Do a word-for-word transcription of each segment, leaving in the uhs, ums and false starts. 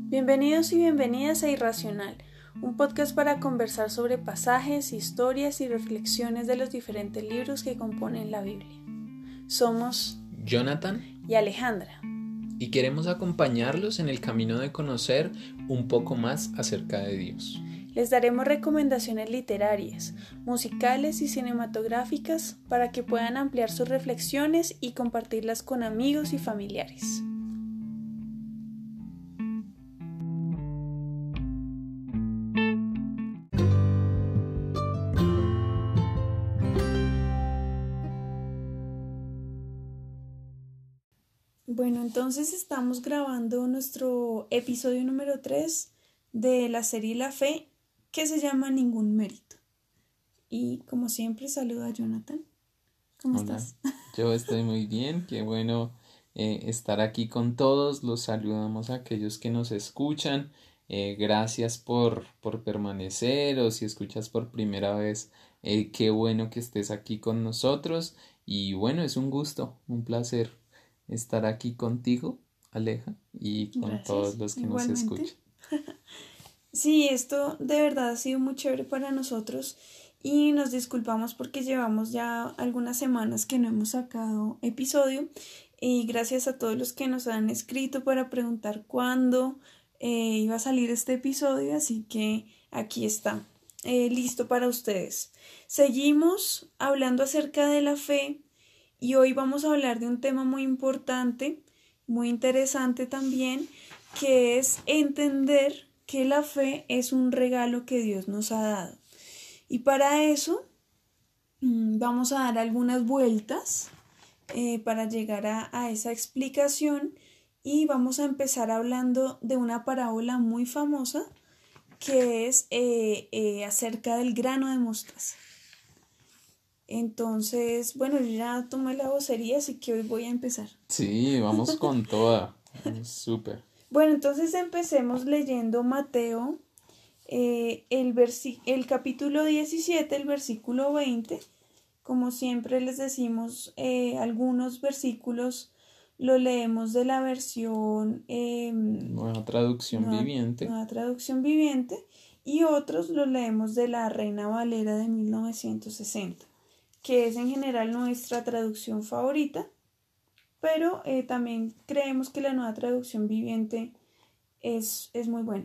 Bienvenidos y bienvenidas a Irracional, un podcast para conversar sobre pasajes, historias y reflexiones de los diferentes libros que componen la Biblia. Somos Jonathan y Alejandra y queremos acompañarlos en el camino de conocer un poco más acerca de Dios. Les daremos recomendaciones literarias, musicales y cinematográficas para que puedan ampliar sus reflexiones y compartirlas con amigos y familiares. Bueno, entonces estamos grabando nuestro episodio número tres de la serie La Fe, que se llama Ningún Mérito. Y como siempre, saludo a Jonathan. ¿Cómo Hola, estás? yo estoy muy bien, qué bueno eh, estar aquí con todos. Los saludamos a aquellos que nos escuchan. Eh, gracias por, por permanecer, o si escuchas por primera vez, eh, qué bueno que estés aquí con nosotros. Y bueno, es un gusto, un placer estar aquí contigo, Aleja, y con todos Gracias, los que nos igualmente. escuchan. Sí, esto de verdad ha sido muy chévere para nosotros y nos disculpamos porque llevamos ya algunas semanas que no hemos sacado episodio y gracias a todos los que nos han escrito para preguntar cuándo eh, iba a salir este episodio, así que aquí está, eh, listo para ustedes. Seguimos hablando acerca de la fe y hoy vamos a hablar de un tema muy importante, muy interesante también, que es entender que la fe es un regalo que Dios nos ha dado. Y para eso vamos a dar algunas vueltas eh, para llegar a, a esa explicación y vamos a empezar hablando de una parábola muy famosa que es eh, eh, acerca del grano de mostaza. Entonces, bueno, yo ya tomé la vocería, así que hoy voy a empezar. Sí, vamos con toda, vamos súper. Bueno, entonces empecemos leyendo Mateo, eh, el, versi- el capítulo diecisiete, el versículo veinte. Como siempre les decimos, eh, algunos versículos lo leemos de la versión eh, Nueva traducción nueva, viviente. nueva traducción viviente y otros lo leemos de la Reina Valera de mil novecientos sesenta, que es en general nuestra traducción favorita. Pero eh, también creemos que la nueva traducción viviente es, es muy buena.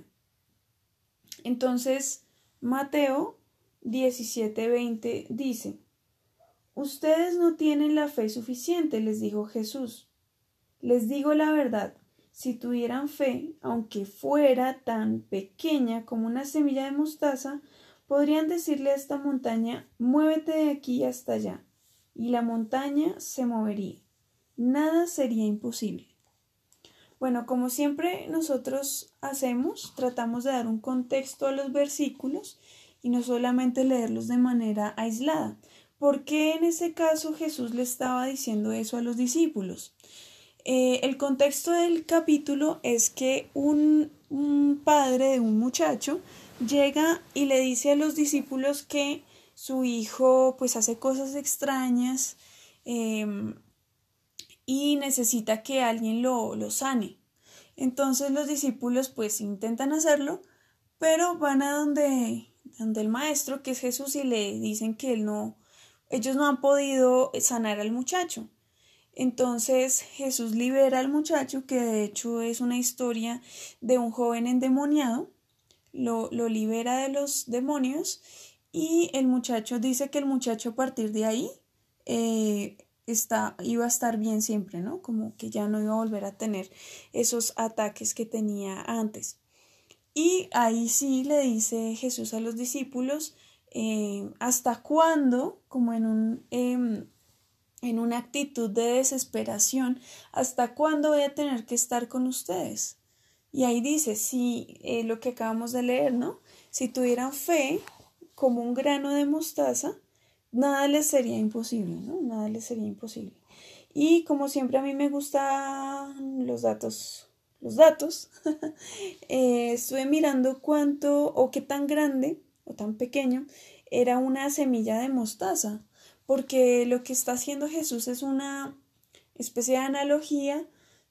Entonces, Mateo diecisiete veinte dice: Ustedes no tienen la fe suficiente, les dijo Jesús. Les digo la verdad, si tuvieran fe, aunque fuera tan pequeña como una semilla de mostaza, podrían decirle a esta montaña: muévete de aquí hasta allá, y la montaña se movería. Nada sería imposible. Bueno, como siempre nosotros hacemos, tratamos de dar un contexto a los versículos y no solamente leerlos de manera aislada. ¿Por qué en ese caso Jesús le estaba diciendo eso a los discípulos? Eh, el contexto del capítulo es que un, un padre de un muchacho llega y le dice a los discípulos que su hijo pues hace cosas extrañas, eh, y necesita que alguien lo, lo sane. Entonces los discípulos pues intentan hacerlo, pero van a donde, donde el maestro, que es Jesús, y le dicen que él no, ellos no han podido sanar al muchacho. Entonces Jesús libera al muchacho, que de hecho es una historia de un joven endemoniado, lo, lo libera de los demonios y el muchacho dice que el muchacho a partir de ahí eh, está, iba a estar bien siempre, ¿no? Como que ya no iba a volver a tener esos ataques que tenía antes. Y ahí sí le dice Jesús a los discípulos, eh, ¿hasta cuándo? Como en un... Eh, en una actitud de desesperación, ¿hasta cuándo voy a tener que estar con ustedes? Y ahí dice, si eh, lo que acabamos de leer, ¿no? Si tuvieran fe como un grano de mostaza, nada les sería imposible, ¿no? Nada les sería imposible. Y como siempre a mí me gustan los datos, los datos, eh, estuve mirando cuánto o qué tan grande o tan pequeño era una semilla de mostaza, porque lo que está haciendo Jesús es una especie de analogía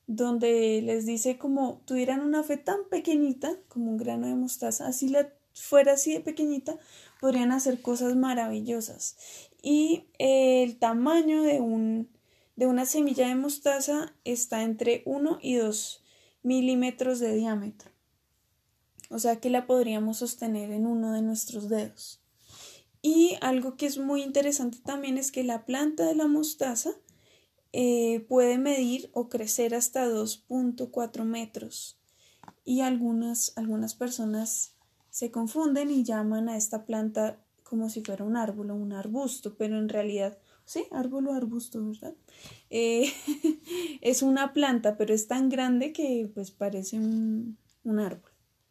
donde les dice como tuvieran una fe tan pequeñita como un grano de mostaza, así la fuera así de pequeñita, podrían hacer cosas maravillosas. Y eh, el tamaño de, un, de una semilla de mostaza está entre uno y dos milímetros de diámetro. O sea que la podríamos sostener en uno de nuestros dedos. Y algo que es muy interesante también es que la planta de la mostaza eh, puede medir o crecer hasta dos punto cuatro metros. Y algunas, algunas personas se confunden y llaman a esta planta como si fuera un árbol o un arbusto, pero en realidad, sí, árbol o arbusto, ¿verdad? Eh, es una planta, pero es tan grande que pues parece un, un árbol.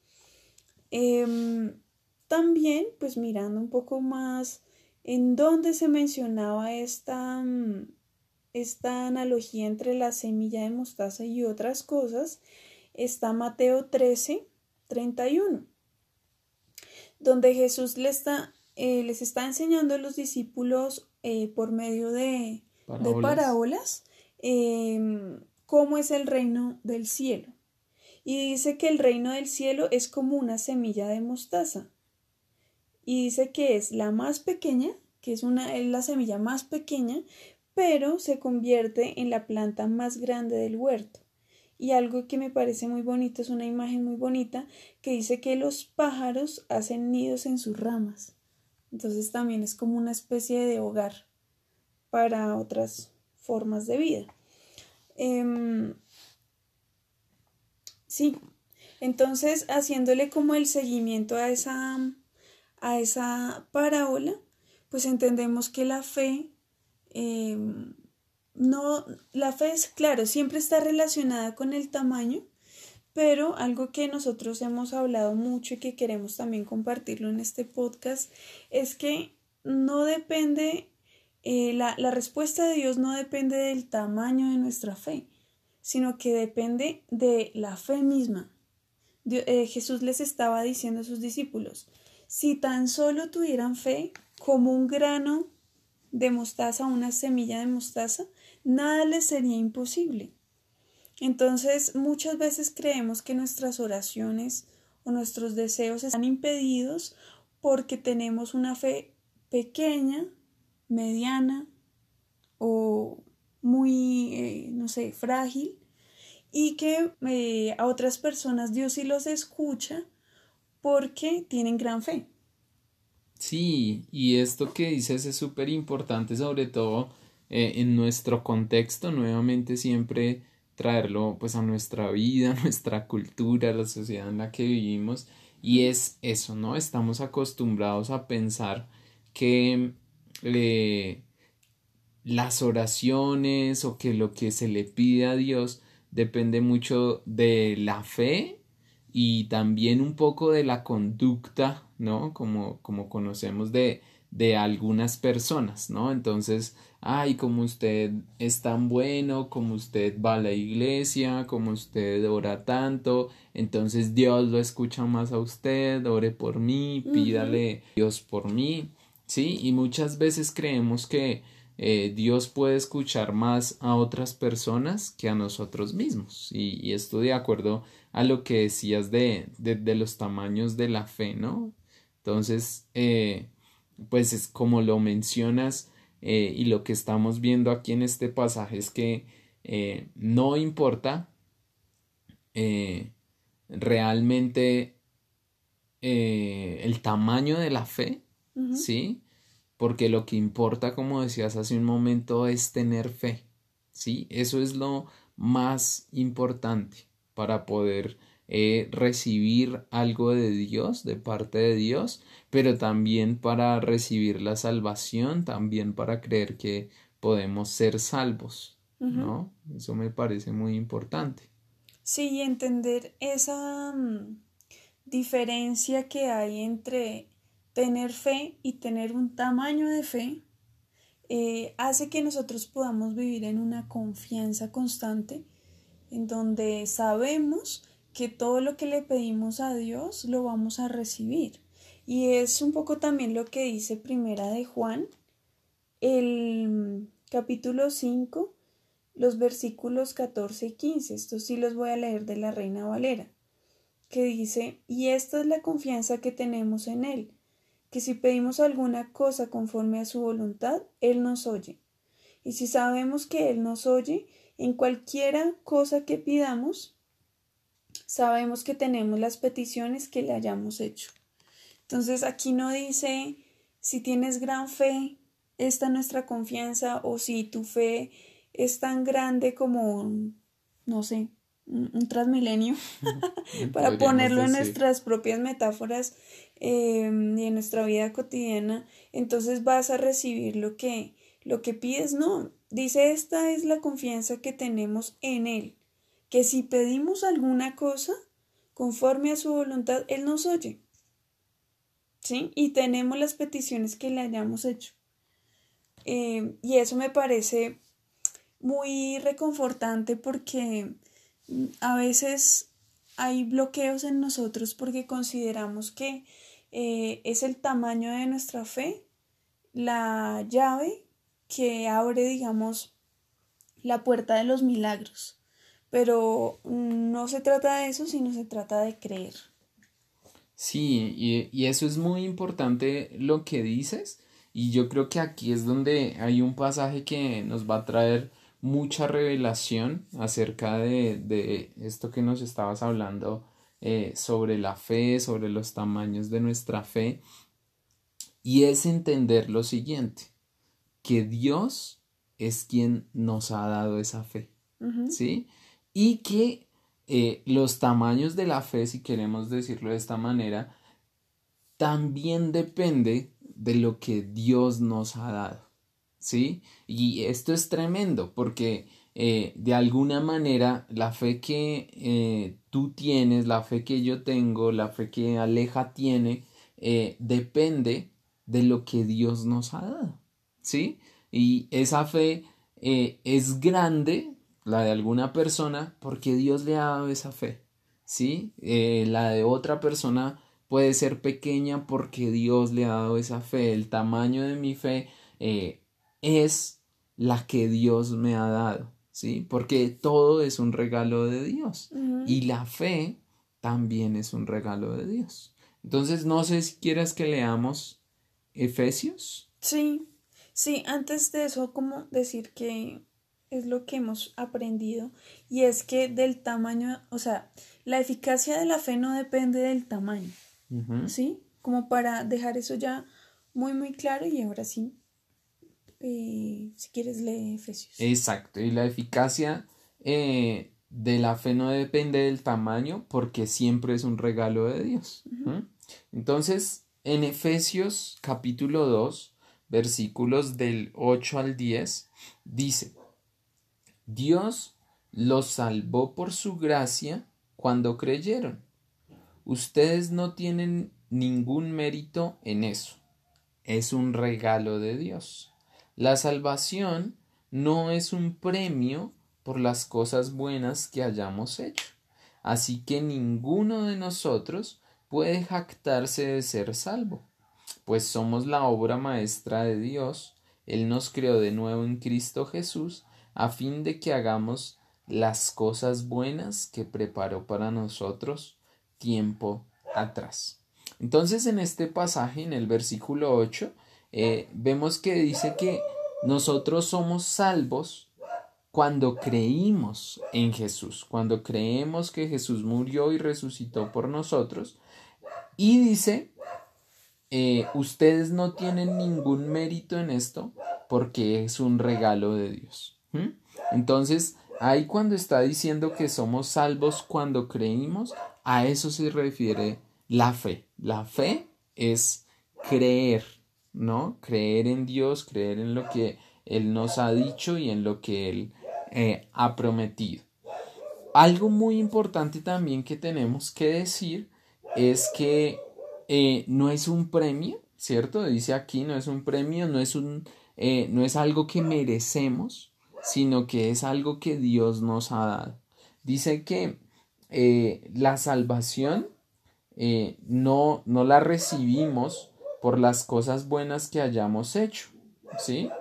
Eh, también, pues mirando un poco más en dónde se mencionaba esta, esta analogía entre la semilla de mostaza y otras cosas, está Mateo trece, treinta y uno, donde Jesús les está, eh, les está enseñando a los discípulos eh, por medio de parábolas, de parábolas eh, cómo es el reino del cielo. Y dice que el reino del cielo es como una semilla de mostaza. Y dice que es la más pequeña, que es, una, es la semilla más pequeña, pero se convierte en la planta más grande del huerto. Y algo que me parece muy bonito, es una imagen muy bonita, que dice que los pájaros hacen nidos en sus ramas. Entonces también es como una especie de hogar para otras formas de vida. Eh, sí, entonces haciéndole como el seguimiento a esa, a esa parábola, pues entendemos que la fe... Eh, No, la fe es, claro, siempre está relacionada con el tamaño, pero algo que nosotros hemos hablado mucho y que queremos también compartirlo en este podcast es que no depende, eh, la, la respuesta de Dios no depende del tamaño de nuestra fe, sino que depende de la fe misma. Dios, eh, Jesús les estaba diciendo a sus discípulos, si tan solo tuvieran fe como un grano de mostaza, una semilla de mostaza, nada les sería imposible. Entonces, muchas veces creemos que nuestras oraciones o nuestros deseos están impedidos porque tenemos una fe pequeña, mediana o muy, eh, no sé, frágil, y que eh, a otras personas Dios sí los escucha porque tienen gran fe. Sí, y esto que dices es súper importante, sobre todo eh, en nuestro contexto, nuevamente siempre traerlo pues a nuestra vida, a nuestra cultura, a la sociedad en la que vivimos, y es eso, ¿no? Estamos acostumbrados a pensar que eh, las oraciones o que lo que se le pide a Dios depende mucho de la fe y también un poco de la conducta, ¿no? Como, como conocemos de, de algunas personas, ¿no? Entonces, ay, como usted es tan bueno, como usted va a la iglesia, como usted ora tanto, entonces Dios lo escucha más a usted, ore por mí, pídale uh-huh. Dios por mí, ¿sí? Y muchas veces creemos que Eh, Dios puede escuchar más a otras personas que a nosotros mismos. Y, y esto de acuerdo a lo que decías de, de, de los tamaños de la fe, ¿no? Entonces, eh, pues es como lo mencionas eh, y lo que estamos viendo aquí en este pasaje es que eh, no importa eh, realmente eh, el tamaño de la fe, uh-huh. ¿sí? Porque lo que importa, como decías hace un momento, es tener fe, ¿sí? Eso es lo más importante para poder eh, recibir algo de Dios, de parte de Dios, pero también para recibir la salvación, también para creer que podemos ser salvos, uh-huh. ¿no? Eso me parece muy importante. Sí, entender esa um, diferencia que hay entre tener fe y tener un tamaño de fe eh, hace que nosotros podamos vivir en una confianza constante en donde sabemos que todo lo que le pedimos a Dios lo vamos a recibir. Y es un poco también lo que dice Primera de Juan, el capítulo cinco, los versículos catorce y quince. Estos sí los voy a leer de la Reina Valera, que dice: y esta es la confianza que tenemos en Él, que si pedimos alguna cosa conforme a su voluntad, Él nos oye. Y si sabemos que Él nos oye, en cualquiera cosa que pidamos, sabemos que tenemos las peticiones que le hayamos hecho. Entonces aquí no dice si tienes gran fe, esta es nuestra confianza, o si tu fe es tan grande como, no sé, un, un transmilenio, para ponerlo en decir. nuestras propias metáforas eh, y en nuestra vida cotidiana, entonces vas a recibir lo que, lo que pides. No, dice, esta es la confianza que tenemos en Él, que si pedimos alguna cosa conforme a su voluntad, Él nos oye. ¿Sí? Y tenemos las peticiones que le hayamos hecho. Eh, y eso me parece muy reconfortante, porque a veces hay bloqueos en nosotros porque consideramos que eh, es el tamaño de nuestra fe la llave que abre, digamos, la puerta de los milagros. Pero no se trata de eso, sino se trata de creer. Sí, y, y eso es muy importante lo que dices, y yo creo que aquí es donde hay un pasaje que nos va a traer mucha revelación acerca de, de esto que nos estabas hablando, eh, sobre la fe, sobre los tamaños de nuestra fe, y es entender lo siguiente, que Dios es quien nos ha dado esa fe, Uh-huh. ¿sí? Y que eh, los tamaños de la fe, si queremos decirlo de esta manera, también depende de lo que Dios nos ha dado, ¿sí? Y esto es tremendo porque eh, de alguna manera la fe que eh, tú tienes, la fe que yo tengo, la fe que Aleja tiene, eh, depende de lo que Dios nos ha dado, ¿sí? Y esa fe eh, es grande, la de alguna persona, porque Dios le ha dado esa fe, ¿sí? Eh, la de otra persona puede ser pequeña porque Dios le ha dado esa fe. El tamaño de mi fe eh, es la que Dios me ha dado, ¿sí? Porque todo es un regalo de Dios. Uh-huh. Y la fe también es un regalo de Dios. Entonces, no sé si quieras que leamos Efesios. Sí, sí, antes de eso, como decir que es lo que hemos aprendido, y es que del tamaño, o sea, la eficacia de la fe no depende del tamaño, Uh-huh. ¿sí? Como para dejar eso ya muy, muy claro. Y ahora sí, eh, si quieres, lee Efesios. Exacto, y la eficacia eh, de la fe no depende del tamaño porque siempre es un regalo de Dios. Uh-huh. ¿Mm? Entonces, en Efesios capítulo dos, versículos del ocho al diez, dice, Dios los salvó por su gracia cuando creyeron. Ustedes no tienen ningún mérito en eso. Es un regalo de Dios. La salvación no es un premio por las cosas buenas que hayamos hecho. Así que ninguno de nosotros puede jactarse de ser salvo, pues somos la obra maestra de Dios. Él nos creó de nuevo en Cristo Jesús a fin de que hagamos las cosas buenas que preparó para nosotros tiempo atrás. Entonces, en este pasaje, en el versículo ocho, eh, vemos que dice que nosotros somos salvos cuando creímos en Jesús, cuando creemos que Jesús murió y resucitó por nosotros, y dice, eh, ustedes no tienen ningún mérito en esto porque es un regalo de Dios. ¿Mm? Entonces, ahí cuando está diciendo que somos salvos cuando creímos, a eso se refiere la fe. La fe es creer, ¿no? Creer en Dios, creer en lo que Él nos ha dicho y en lo que Él eh, ha prometido. Algo muy importante también que tenemos que decir es que eh, no es un premio, ¿cierto? Dice aquí, no es un premio, no es un, eh, no es algo que merecemos, sino que es algo que Dios nos ha dado. Dice que eh, la salvación eh, no, no la recibimos por las cosas buenas que hayamos hecho, ¿sí?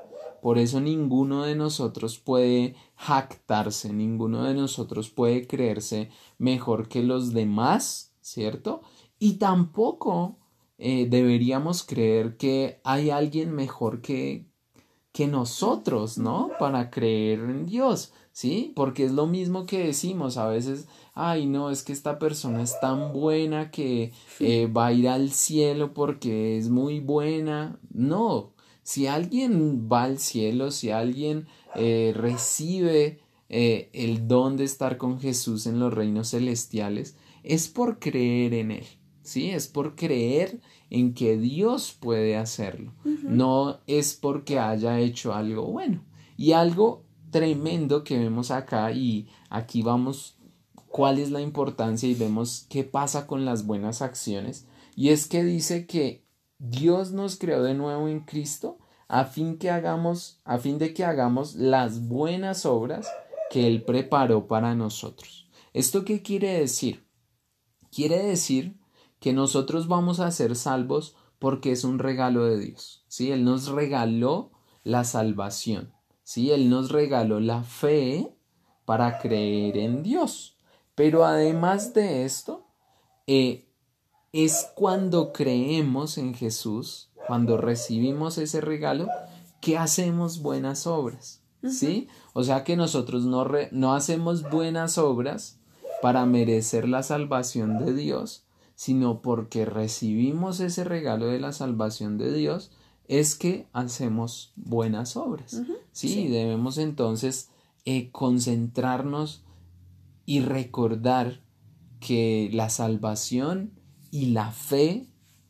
Por eso ninguno de nosotros puede jactarse, ninguno de nosotros puede creerse mejor que los demás, ¿cierto? Y tampoco eh, deberíamos creer que hay alguien mejor que, que nosotros, ¿no? Para creer en Dios, ¿sí? Porque es lo mismo que decimos a veces, ay, no, es que esta persona es tan buena que eh, va a ir al cielo porque es muy buena. No, si alguien va al cielo, si alguien eh, recibe eh, el don de estar con Jesús en los reinos celestiales, es por creer en Él, ¿sí? Es por creer en que Dios puede hacerlo. Uh-huh. No es porque haya hecho algo bueno. Y algo tremendo que vemos acá, y aquí vamos cuál es la importancia y vemos qué pasa con las buenas acciones, y es que dice que Dios nos creó de nuevo en Cristo a fin que hagamos, a fin de que hagamos las buenas obras que Él preparó para nosotros. ¿Esto qué quiere decir? Quiere decir que nosotros vamos a ser salvos porque es un regalo de Dios, ¿sí? Él nos regaló la salvación, ¿sí? Él nos regaló la fe para creer en Dios. Pero además de esto, eh, es cuando creemos en Jesús, cuando recibimos ese regalo, que hacemos buenas obras, ¿sí? Uh-huh. O sea que nosotros no, re, no hacemos buenas obras para merecer la salvación de Dios, sino porque recibimos ese regalo de la salvación de Dios, es que hacemos buenas obras, uh-huh. ¿sí? Sí. Debemos entonces eh, concentrarnos y recordar que la salvación y la fe,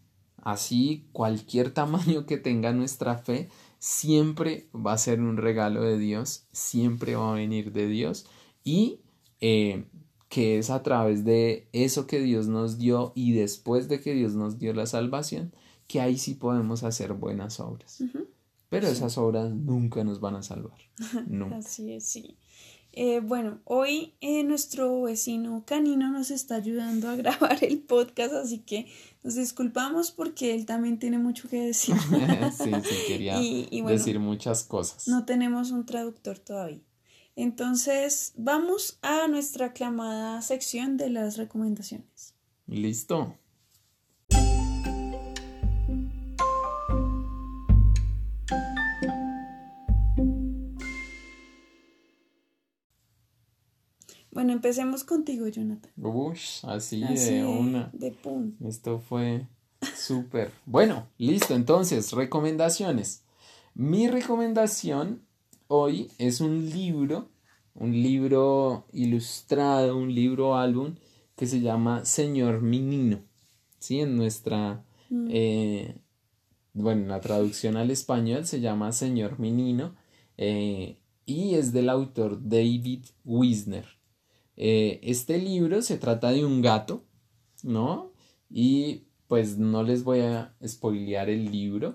así cualquier tamaño que tenga nuestra fe, siempre va a ser un regalo de Dios, siempre va a venir de Dios, y eh, que es a través de eso que Dios nos dio y después de que Dios nos dio la salvación, que ahí sí podemos hacer buenas obras. Uh-huh. Pero sí. Esas obras nunca nos van a salvar. Nunca. Así es, sí. Eh, bueno, hoy eh, nuestro vecino canino nos está ayudando a grabar el podcast, así que nos disculpamos porque él también tiene mucho que decir. sí, sí, quería y, y bueno, decir muchas cosas. No tenemos un traductor todavía. Entonces, vamos a nuestra aclamada sección de las recomendaciones. Listo. Bueno, empecemos contigo, Jonathan. Uy, así, así de una. De pum. Esto fue súper. Bueno, listo. Entonces, recomendaciones. Mi recomendación hoy es un libro, un libro ilustrado, un libro álbum que se llama Señor Menino. Sí, en nuestra, mm. eh, bueno, la traducción al español se llama Señor Menino eh, y es del autor David Wisner. Eh, este libro se trata de un gato, ¿no? Y pues no les voy a spoilear el libro,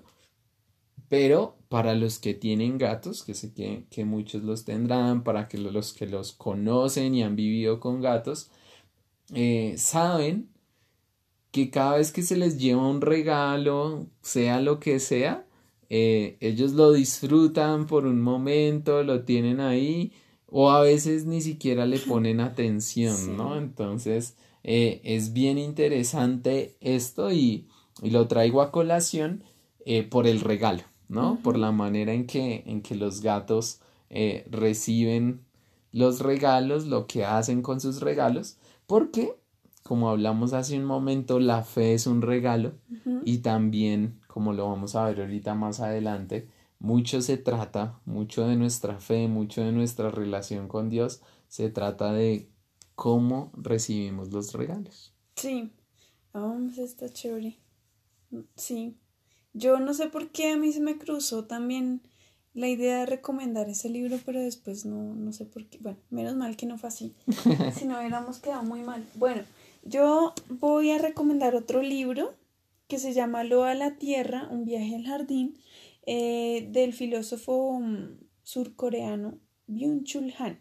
pero para los que tienen gatos, que sé que, que muchos los tendrán, para que los que los conocen y han vivido con gatos, eh, saben que cada vez que se les lleva un regalo, sea lo que sea, eh, ellos lo disfrutan por un momento, lo tienen ahí, o a veces ni siquiera le ponen atención, sí. ¿no? Entonces eh, es bien interesante esto y, y lo traigo a colación eh, por el regalo, ¿no? Uh-huh. Por la manera en que, en que los gatos eh, reciben los regalos, lo que hacen con sus regalos, porque como hablamos hace un momento, la fe es un regalo uh-huh. y también, como lo vamos a ver ahorita más adelante, mucho se trata, mucho de nuestra fe, mucho de nuestra relación con Dios, se trata de cómo recibimos los regalos. Sí, oh, está chévere. Sí, yo no sé por qué a mí se me cruzó también la idea de recomendar ese libro, pero después no, no sé por qué. Bueno, menos mal que no fue así, si no hubiéramos quedado muy mal. Bueno, yo voy a recomendar otro libro que se llama Loa a la Tierra, un viaje al jardín, eh, del filósofo um, surcoreano Byung-Chul Han.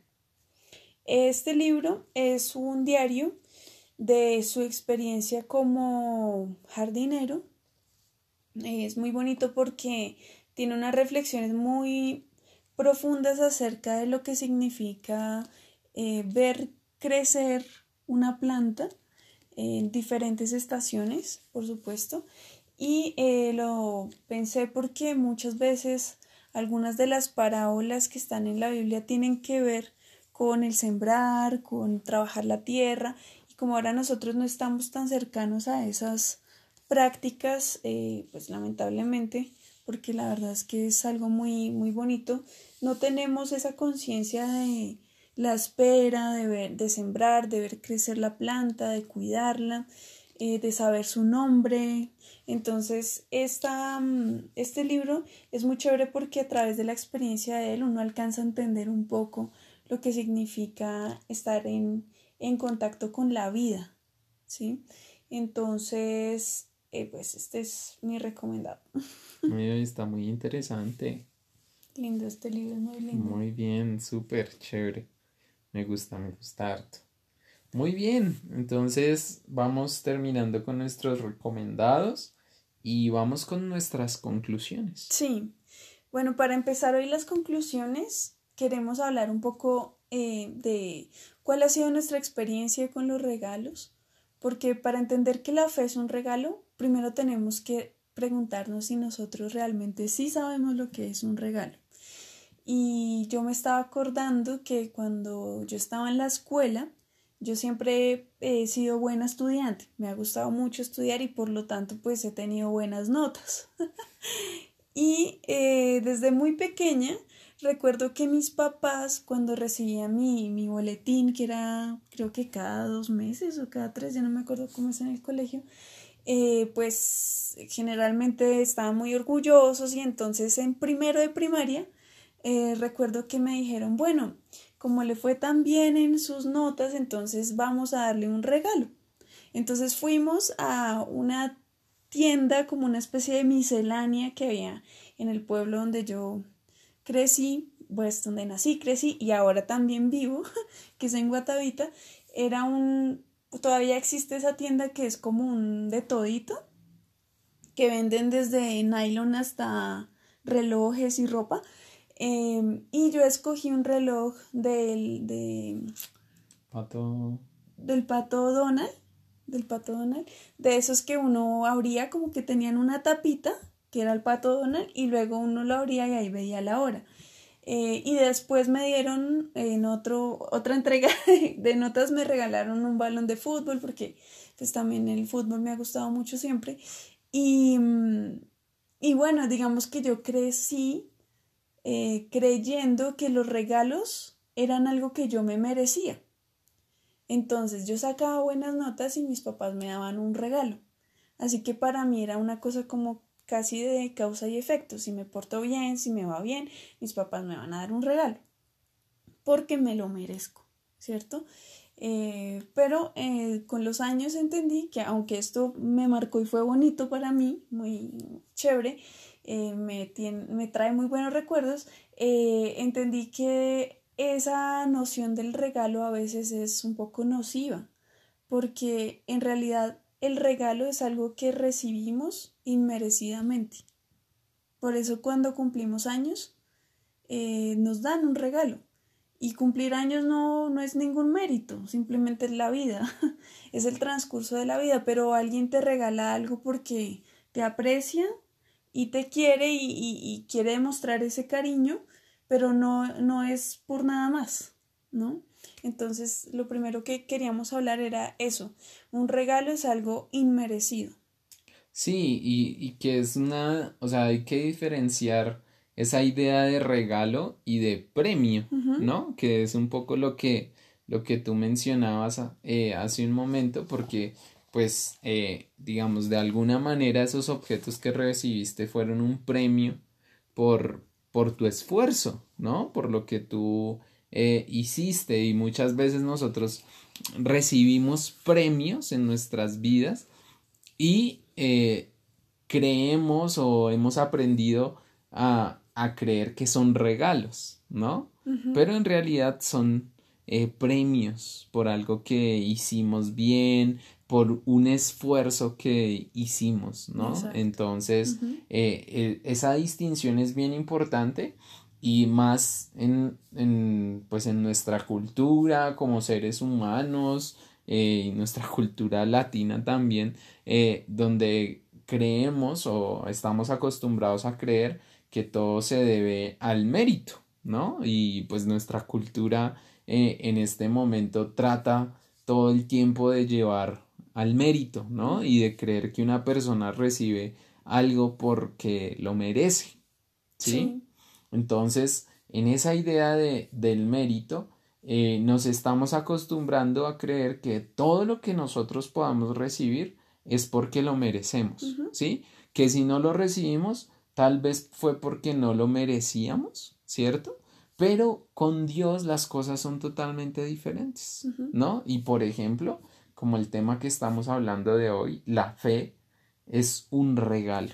Este libro es un diario de su experiencia como jardinero. Es muy bonito porque tiene unas reflexiones muy profundas acerca de lo que significa eh, ver crecer una planta en diferentes estaciones, por supuesto, y eh, lo pensé porque muchas veces algunas de las parábolas que están en la Biblia tienen que ver con el sembrar, con trabajar la tierra, y como ahora nosotros no estamos tan cercanos a esas prácticas, eh, pues lamentablemente, porque la verdad es que es algo muy, muy bonito, no tenemos esa conciencia de la espera, de ver, de sembrar, de ver crecer la planta, de cuidarla, eh, de saber su nombre. Entonces, esta, este libro es muy chévere porque a través de la experiencia de él uno alcanza a entender un poco lo que significa estar en, en contacto con la vida, ¿sí? Entonces, eh, pues este es mi recomendado. Mira, está muy interesante. Lindo este libro, es muy lindo. Muy bien, súper chévere. Me gusta, me gusta harto. Muy bien, entonces vamos terminando con nuestros recomendados y vamos con nuestras conclusiones. Sí, bueno, para empezar hoy las conclusiones, queremos hablar un poco eh, de cuál ha sido nuestra experiencia con los regalos, porque para entender que la fe es un regalo, primero tenemos que preguntarnos si nosotros realmente sí sabemos lo que es un regalo. Y yo me estaba acordando que cuando yo estaba en la escuela, yo siempre he sido buena estudiante, me ha gustado mucho estudiar y por lo tanto pues he tenido buenas notas. Y eh, desde muy pequeña recuerdo que mis papás cuando recibían mi, mi boletín, que era creo que cada dos meses o cada tres, ya no me acuerdo cómo es en el colegio, eh, pues generalmente estaban muy orgullosos y entonces en primero de primaria eh, recuerdo que me dijeron, bueno, como le fue tan bien en sus notas, entonces vamos a darle un regalo. Entonces fuimos a una tienda, como una especie de miscelánea que había en el pueblo donde yo crecí, pues donde nací, crecí y ahora también vivo, que es en Guatavita. Era un, todavía existe esa tienda que es como un de todito, que venden desde nylon hasta relojes y ropa. Eh, y yo escogí un reloj del, de, Pato. del pato Donald, del pato Donald, de esos que uno abría como que tenían una tapita, que era el pato Donald, y luego uno lo abría y ahí veía la hora. Eh, y después me dieron en otro, otra entrega de notas, me regalaron un balón de fútbol, porque pues también el fútbol me ha gustado mucho siempre. Y, y bueno, digamos que yo crecí eh, creyendo que los regalos eran algo que yo me merecía. Entonces yo sacaba buenas notas y mis papás me daban un regalo. Así que para mí era una cosa como casi de causa y efecto. Si me porto bien, si me va bien, mis papás me van a dar un regalo. Porque me lo merezco, ¿cierto? Eh, pero eh, con los años entendí que aunque esto me marcó y fue bonito para mí, muy chévere, eh, me, tiene, me trae muy buenos recuerdos, eh, entendí que esa noción del regalo a veces es un poco nociva, porque en realidad el regalo es algo que recibimos inmerecidamente. Por eso cuando cumplimos años eh, nos dan un regalo. Y cumplir años no, no es ningún mérito, simplemente es la vida, es el transcurso de la vida, pero alguien te regala algo porque te aprecia y te quiere y, y, y quiere demostrar ese cariño, pero no, no es por nada más, ¿no? Entonces, lo primero que queríamos hablar era eso, un regalo es algo inmerecido. Sí, y, y que es una, o sea, hay que diferenciar esa idea de regalo y de premio, Uh-huh. ¿no? Que es un poco lo que, lo que tú mencionabas eh, hace un momento, porque, pues, eh, digamos, de alguna manera esos objetos que recibiste fueron un premio por, por tu esfuerzo, ¿no? Por lo que tú eh, hiciste y muchas veces nosotros recibimos premios en nuestras vidas y eh, creemos o hemos aprendido a, a creer que son regalos, ¿no? Uh-huh. Pero en realidad son eh, premios por algo que hicimos bien, por un esfuerzo que hicimos, ¿no? Exacto. Entonces, Uh-huh. eh, eh, esa distinción es bien importante y más en, en, pues en nuestra cultura como seres humanos, eh, y nuestra cultura latina también, eh, donde creemos o estamos acostumbrados a creer que todo se debe al mérito, ¿no? Y pues nuestra cultura eh, en este momento trata todo el tiempo de llevar al mérito, ¿no? Y de creer que una persona recibe algo porque lo merece, ¿sí? Sí. Entonces, en esa idea de, del mérito, eh, nos estamos acostumbrando a creer que todo lo que nosotros podamos recibir es porque lo merecemos, Ujú, ¿sí? Que si no lo recibimos, tal vez fue porque no lo merecíamos, ¿cierto? Pero con Dios las cosas son totalmente diferentes, ujú, ¿no? Y por ejemplo, como el tema que estamos hablando de hoy, la fe es un regalo,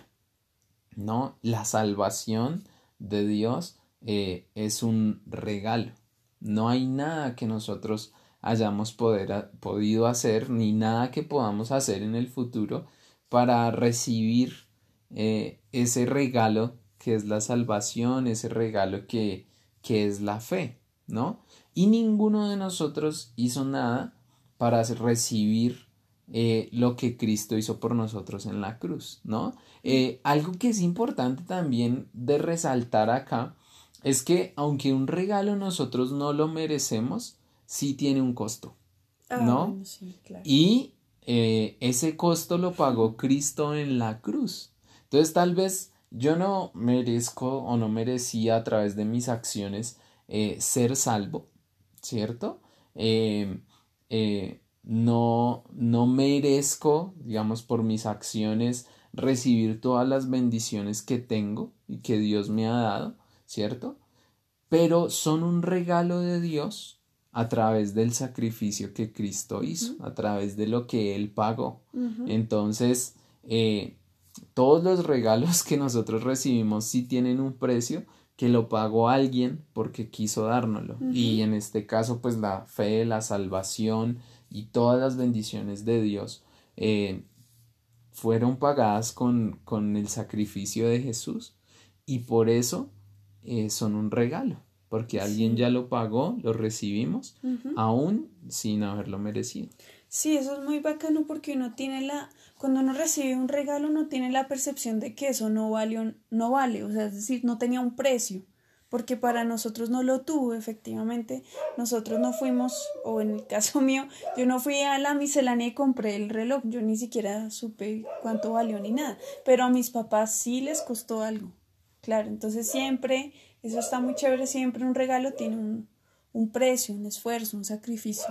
¿no? La salvación de Dios eh, es un regalo. No hay nada que nosotros hayamos poder, podido hacer, ni nada que podamos hacer en el futuro para recibir eh, ese regalo que es la salvación, ese regalo que, que es la fe, ¿no? Y ninguno de nosotros hizo nada para recibir eh, lo que Cristo hizo por nosotros en la cruz, ¿no? mm. Eh, algo que es importante también de resaltar acá es que aunque un regalo nosotros no lo merecemos, sí tiene un costo, Ah, ¿no? bueno, sí, claro. Y eh, ese costo lo pagó Cristo en la cruz. Entonces tal vez yo no merezco o no merecía a través de mis acciones eh, ser salvo, ¿cierto? Eh, eh, no, no merezco, digamos, por mis acciones recibir todas las bendiciones que tengo y que Dios me ha dado, ¿cierto? Pero son un regalo de Dios a través del sacrificio que Cristo hizo, Ujú, a través de lo que Él pagó. ujú, Entonces, eh, todos los regalos que nosotros recibimos sí tienen un precio que lo pagó alguien porque quiso dárnoslo. Y ujú. en este caso, pues la fe, la salvación y todas las bendiciones de Dios eh, fueron pagadas con, con el sacrificio de Jesús y por eso eh, son un regalo, porque alguien ya Sí. lo pagó, lo recibimos, Ujú. aún sin haberlo merecido. Sí, eso es muy bacano porque uno tiene la, cuando uno recibe un regalo, uno tiene la percepción de que eso no vale, no vale, o sea, es decir, no tenía un precio, porque para nosotros no lo tuvo, efectivamente, nosotros no fuimos, o en el caso mío, yo no fui a la miscelánea y compré el reloj, yo ni siquiera supe cuánto valió ni nada, pero a mis papás sí les costó algo, claro, entonces siempre, eso está muy chévere, siempre un regalo tiene un, un precio, un esfuerzo, un sacrificio.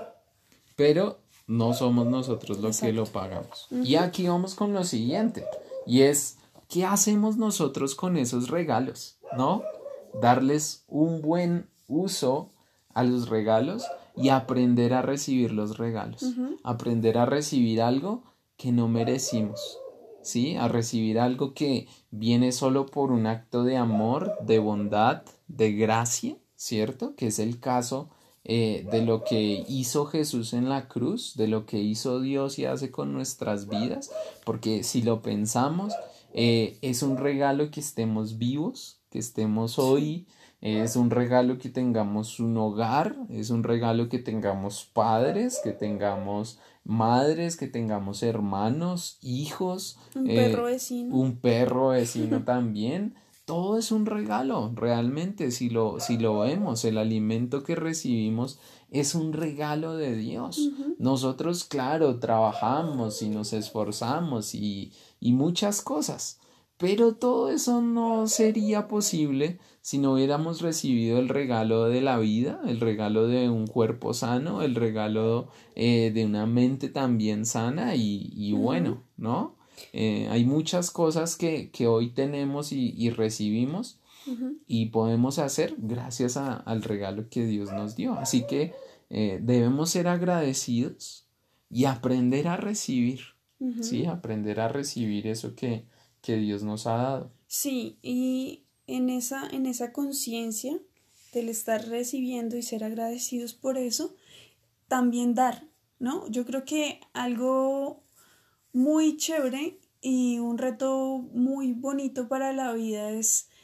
Pero no somos nosotros los que lo Exacto. pagamos. Y Ujú. aquí vamos con lo siguiente, y es, ¿qué hacemos nosotros con esos regalos? ¿No? Darles un buen uso a los regalos y aprender a recibir los regalos. Ujú. Aprender a recibir algo que no merecimos. ¿Sí? A recibir algo que viene solo por un acto de amor, de bondad, de gracia, ¿cierto? Que es el caso eh, de lo que hizo Jesús en la cruz, de lo que hizo Dios y hace con nuestras vidas, porque si lo pensamos, eh, es un regalo que estemos vivos, que estemos Sí. hoy, eh, es un regalo que tengamos un hogar, es un regalo que tengamos padres, que tengamos madres, que tengamos hermanos, hijos, Un perro eh, vecino. un perro vecino también. Todo es un regalo, realmente, si lo, si lo vemos, el alimento que recibimos es un regalo de Dios. Ujú. Nosotros, claro, trabajamos y nos esforzamos y, y muchas cosas, pero todo eso no sería posible si no hubiéramos recibido el regalo de la vida, el regalo de un cuerpo sano, el regalo eh, de una mente también sana y, y Ujú. bueno, ¿no? Eh, hay muchas cosas que, que hoy tenemos y, y recibimos Ujú. y podemos hacer gracias a- al regalo que Dios nos dio. Así que eh, debemos ser agradecidos y aprender a recibir, ¿sí? Ujú. Aprender a recibir eso que, que Dios nos ha dado. Sí, y en esa, en esa conciencia del estar recibiendo y ser agradecidos por eso, también dar, ¿no? Yo creo que algo muy chévere y un reto muy bonito para la vida es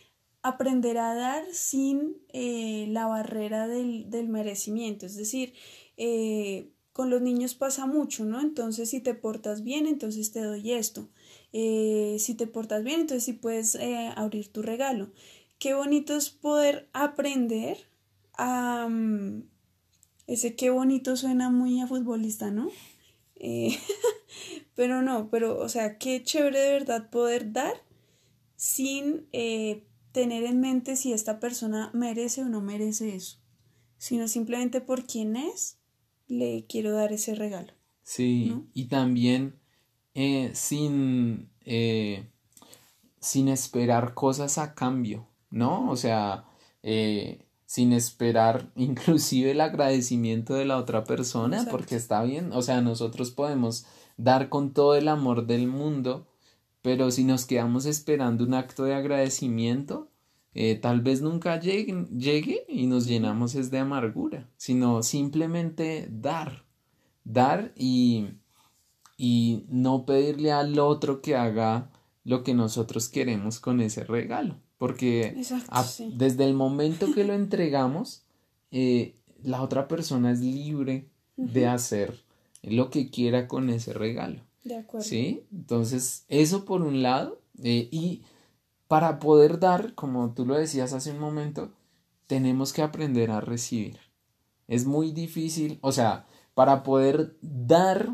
aprender a dar sin eh, la barrera del, del merecimiento. Es decir, eh, con los niños pasa mucho, ¿no? Entonces, si te portas bien, entonces te doy esto. Eh, si te portas bien, entonces sí puedes eh, abrir tu regalo. Qué bonito es poder aprender a... Um, ese qué bonito suena muy a futbolista, ¿no? Eh, pero no, pero, o sea, qué chévere de verdad poder dar sin eh, tener en mente si esta persona merece o no merece eso, sino simplemente por quién es, le quiero dar ese regalo, Sí, ¿no? y también eh, sin, eh, sin esperar cosas a cambio, ¿no? O Ujú. sea, eh, sin esperar inclusive el agradecimiento de la otra persona, porque Exacto. está bien, o sea, nosotros podemos dar con todo el amor del mundo, pero si nos quedamos esperando un acto de agradecimiento, eh, tal vez nunca llegue, llegue y nos Ujú. llenamos es de amargura, sino simplemente dar, dar y y no pedirle al otro que haga lo que nosotros queremos con ese regalo. Porque Exacto, a- sí. desde el momento que lo entregamos, eh, la otra persona es libre de Ujú. hacer lo que quiera con ese regalo. De acuerdo. ¿Sí? Entonces, eso por un lado. Eh, y para poder dar, como tú lo decías hace un momento, tenemos que aprender a recibir. Es muy difícil, o sea, para poder dar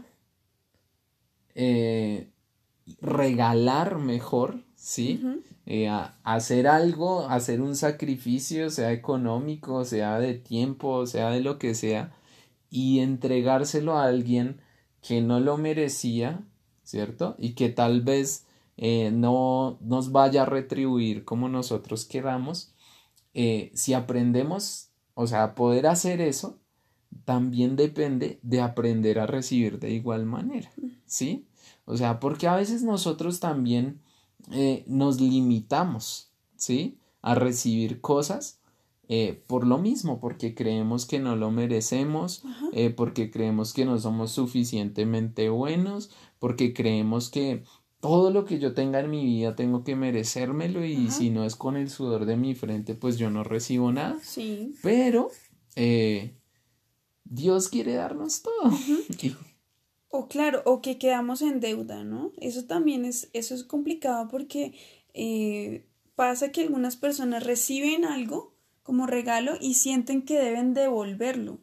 eh, regalar mejor, ¿sí? Ujú. Eh, a- hacer algo, hacer un sacrificio, sea económico, sea de tiempo, sea de lo que sea, y entregárselo a alguien que no lo merecía, ¿cierto? Y que tal vez eh, no nos vaya a retribuir como nosotros queramos. Eh, si aprendemos, o sea, a poder hacer eso, también depende de aprender a recibir de igual manera, ¿sí? O sea, porque a veces nosotros también eh, nos limitamos, ¿sí? A recibir cosas eh, por lo mismo, porque creemos que no lo merecemos, Ajá, eh, porque creemos que no somos suficientemente buenos, porque creemos que todo lo que yo tenga en mi vida tengo que merecérmelo y ajá. si no es con el sudor de mi frente, pues yo no recibo nada. Sí. Pero eh, Dios quiere darnos todo. Ujú. Y- O claro, o que quedamos en deuda, ¿no? Eso también es, eso es complicado porque eh, pasa que algunas personas reciben algo como regalo y sienten que deben devolverlo.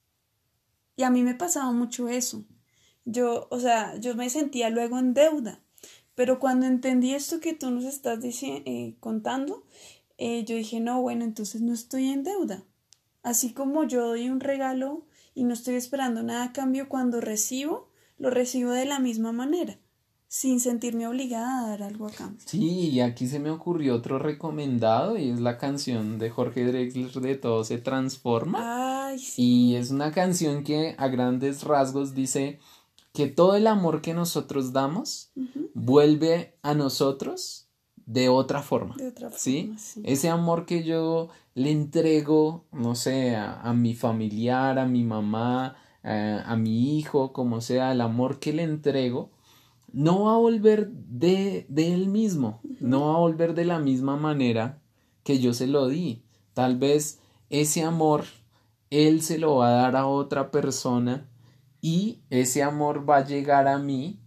Y a mí me pasaba mucho eso. Yo, o sea, yo me sentía luego en deuda. Pero cuando entendí esto que tú nos estás dici- eh, contando, eh, yo dije, no, bueno, entonces no estoy en deuda. Así como yo doy un regalo y no estoy esperando nada a cambio cuando recibo, lo recibo de la misma manera, sin sentirme obligada a dar algo a cambio. sí, y aquí se me ocurrió otro recomendado y es la canción de Jorge Drexler de Todo se transforma. Ay, Y sí. es una canción que a grandes rasgos dice que todo el amor que nosotros damos Ujú. vuelve a nosotros de otra forma, De otra ¿sí? forma, sí. Ese amor que yo le entrego, no sé, a, a mi familiar, a mi mamá, a, a mi hijo, como sea, el amor que le entrego, no va a volver de, de él mismo, Ujú. no va a volver de la misma manera que yo se lo di. Tal vez ese amor él se lo va a dar a otra persona y ese amor va a llegar a mí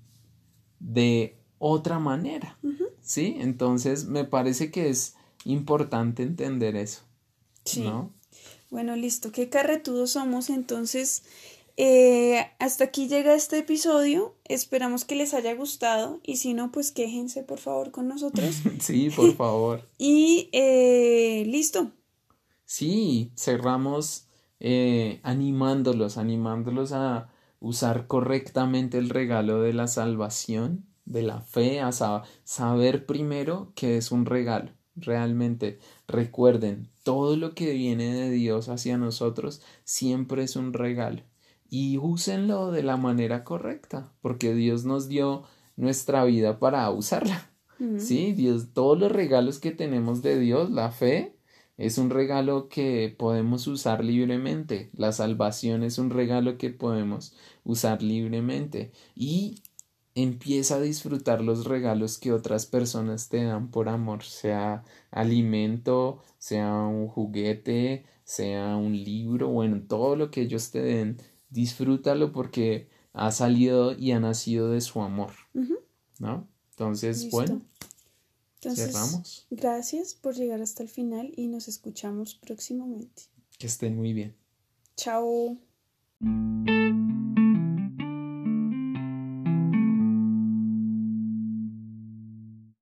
de otra manera, Ujú. ¿sí? Entonces me parece que es importante entender eso, Sí. ¿no? Bueno, listo. Qué carretudos somos. Entonces, eh, hasta aquí llega este episodio. Esperamos que les haya gustado. Y si no, pues quéjense por favor con nosotros. Sí, por favor. Y eh, listo. Sí, cerramos eh, animándolos, animándolos a usar correctamente el regalo de la salvación, de la fe, a sa- saber primero que es un regalo. Realmente, recuerden, todo lo que viene de Dios hacia nosotros siempre es un regalo. Y úsenlo de la manera correcta, porque Dios nos dio nuestra vida para usarla. Mm. Sí, Dios, todos los regalos que tenemos de Dios, la fe, es un regalo que podemos usar libremente. La salvación es un regalo que podemos usar libremente. Y empieza a disfrutar los regalos que otras personas te dan por amor, sea alimento, sea un juguete, sea un libro, bueno, todo lo que ellos te den, disfrútalo porque ha salido y ha nacido de su amor, Ujú. ¿no? Entonces, Listo. bueno, Entonces, cerramos. gracias por llegar hasta el final y nos escuchamos próximamente. Que estén muy bien. Chao.